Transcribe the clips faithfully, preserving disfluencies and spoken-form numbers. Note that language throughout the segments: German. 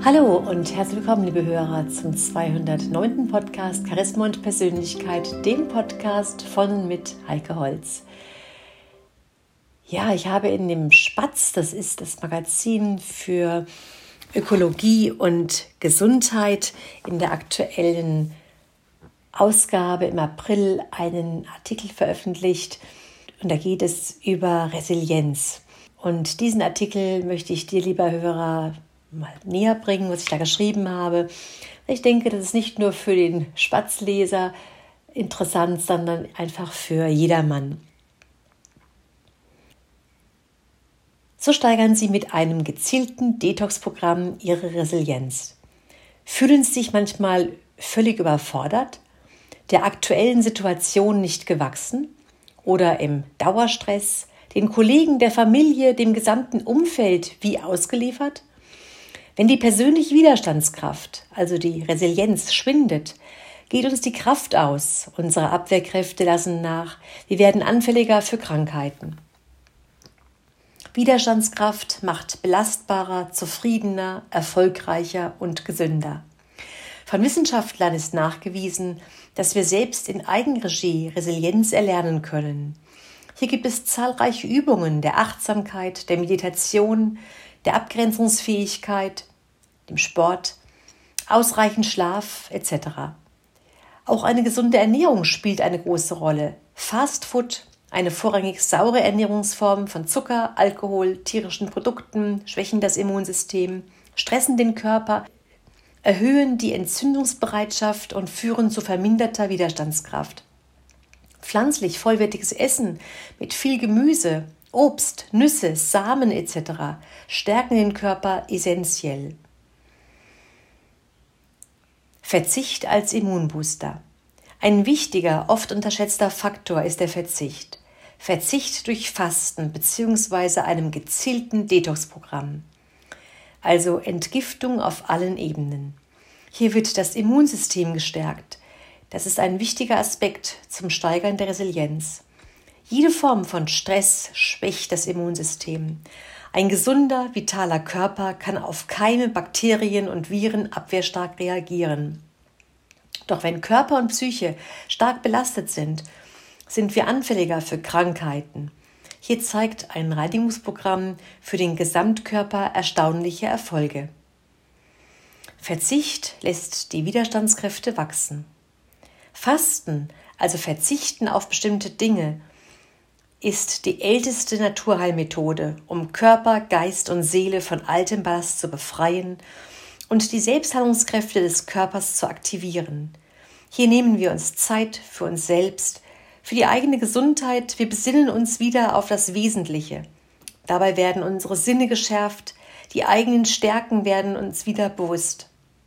Hallo und herzlich willkommen, liebe Hörer, zum zweihundertneunten Podcast Charisma und Persönlichkeit, dem Podcast von und mit Heike Holz. Ja, ich habe in dem Spatz, das ist das Magazin für Ökologie und Gesundheit, in der aktuellen Ausgabe im April einen Artikel veröffentlicht und da geht es über Resilienz. Und diesen Artikel möchte ich dir, lieber Hörer, mal näher bringen, was ich da geschrieben habe. Ich denke, das ist nicht nur für den Spatzleser interessant, sondern einfach für jedermann. So steigern Sie mit einem gezielten Detox-Programm Ihre Resilienz. Fühlen Sie sich manchmal völlig überfordert, der aktuellen Situation nicht gewachsen oder im Dauerstress, den Kollegen, der Familie, dem gesamten Umfeld wie ausgeliefert? Wenn die persönliche Widerstandskraft, also die Resilienz, schwindet, geht uns die Kraft aus, unsere Abwehrkräfte lassen nach, wir werden anfälliger für Krankheiten. Widerstandskraft macht belastbarer, zufriedener, erfolgreicher und gesünder. Von Wissenschaftlern ist nachgewiesen, dass wir selbst in Eigenregie Resilienz erlernen können. Hier gibt es zahlreiche Übungen der Achtsamkeit, der Meditation, der Abgrenzungsfähigkeit, dem Sport, ausreichend Schlaf et cetera. Auch eine gesunde Ernährung spielt eine große Rolle. Fast Food, eine vorrangig saure Ernährungsform von Zucker, Alkohol, tierischen Produkten, schwächen das Immunsystem, stressen den Körper, erhöhen die Entzündungsbereitschaft und führen zu verminderter Widerstandskraft. Pflanzlich vollwertiges Essen mit viel Gemüse, Obst, Nüsse, Samen et cetera stärken den Körper essentiell. Verzicht als Immunbooster. Ein wichtiger, oft unterschätzter Faktor ist der Verzicht. Verzicht durch Fasten bzw. einem gezielten Detox-Programm. Also Entgiftung auf allen Ebenen. Hier wird das Immunsystem gestärkt. Das ist ein wichtiger Aspekt zum Steigern der Resilienz. Jede Form von Stress schwächt das Immunsystem. Ein gesunder, vitaler Körper kann auf Keime, Bakterien und Viren abwehrstark reagieren. Doch wenn Körper und Psyche stark belastet sind, sind wir anfälliger für Krankheiten. Hier zeigt ein Reinigungsprogramm für den Gesamtkörper erstaunliche Erfolge. Verzicht lässt die Widerstandskräfte wachsen. Fasten, also Verzichten auf bestimmte Dinge, ist die älteste Naturheilmethode, um Körper, Geist und Seele von altem Ballast zu befreien und die Selbstheilungskräfte des Körpers zu aktivieren. Hier nehmen wir uns Zeit für uns selbst, für die eigene Gesundheit, wir besinnen uns wieder auf das Wesentliche. Dabei werden unsere Sinne geschärft, die eigenen Stärken werden uns wieder bewusst.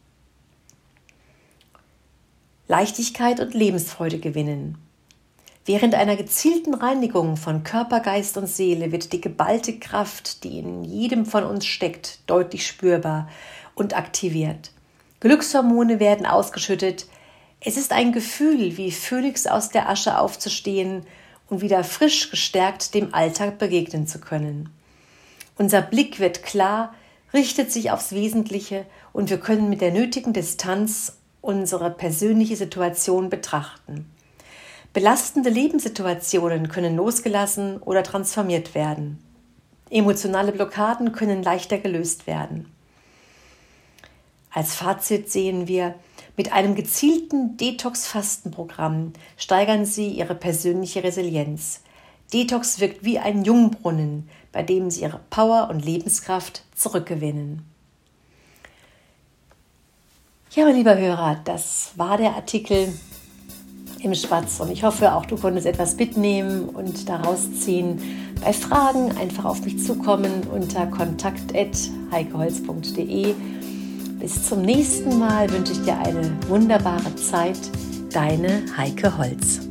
Leichtigkeit und Lebensfreude gewinnen. Während einer gezielten Reinigung von Körper, Geist und Seele wird die geballte Kraft, die in jedem von uns steckt, deutlich spürbar und aktiviert. Glückshormone werden ausgeschüttet. Es ist ein Gefühl, wie Phönix aus der Asche aufzustehen und wieder frisch gestärkt dem Alltag begegnen zu können. Unser Blick wird klar, richtet sich aufs Wesentliche und wir können mit der nötigen Distanz unsere persönliche Situation betrachten. Belastende Lebenssituationen können losgelassen oder transformiert werden. Emotionale Blockaden können leichter gelöst werden. Als Fazit sehen wir, mit einem gezielten Detox-Fastenprogramm steigern Sie Ihre persönliche Resilienz. Detox wirkt wie ein Jungbrunnen, bei dem Sie Ihre Power und Lebenskraft zurückgewinnen. Ja, mein lieber Hörer, das war der Artikel im Spatz und ich hoffe auch, du konntest etwas mitnehmen und daraus ziehen. Bei Fragen einfach auf mich zukommen unter kontakt at heikeholz punkt de. Bis zum nächsten Mal wünsche ich dir eine wunderbare Zeit. Deine Heike Holz.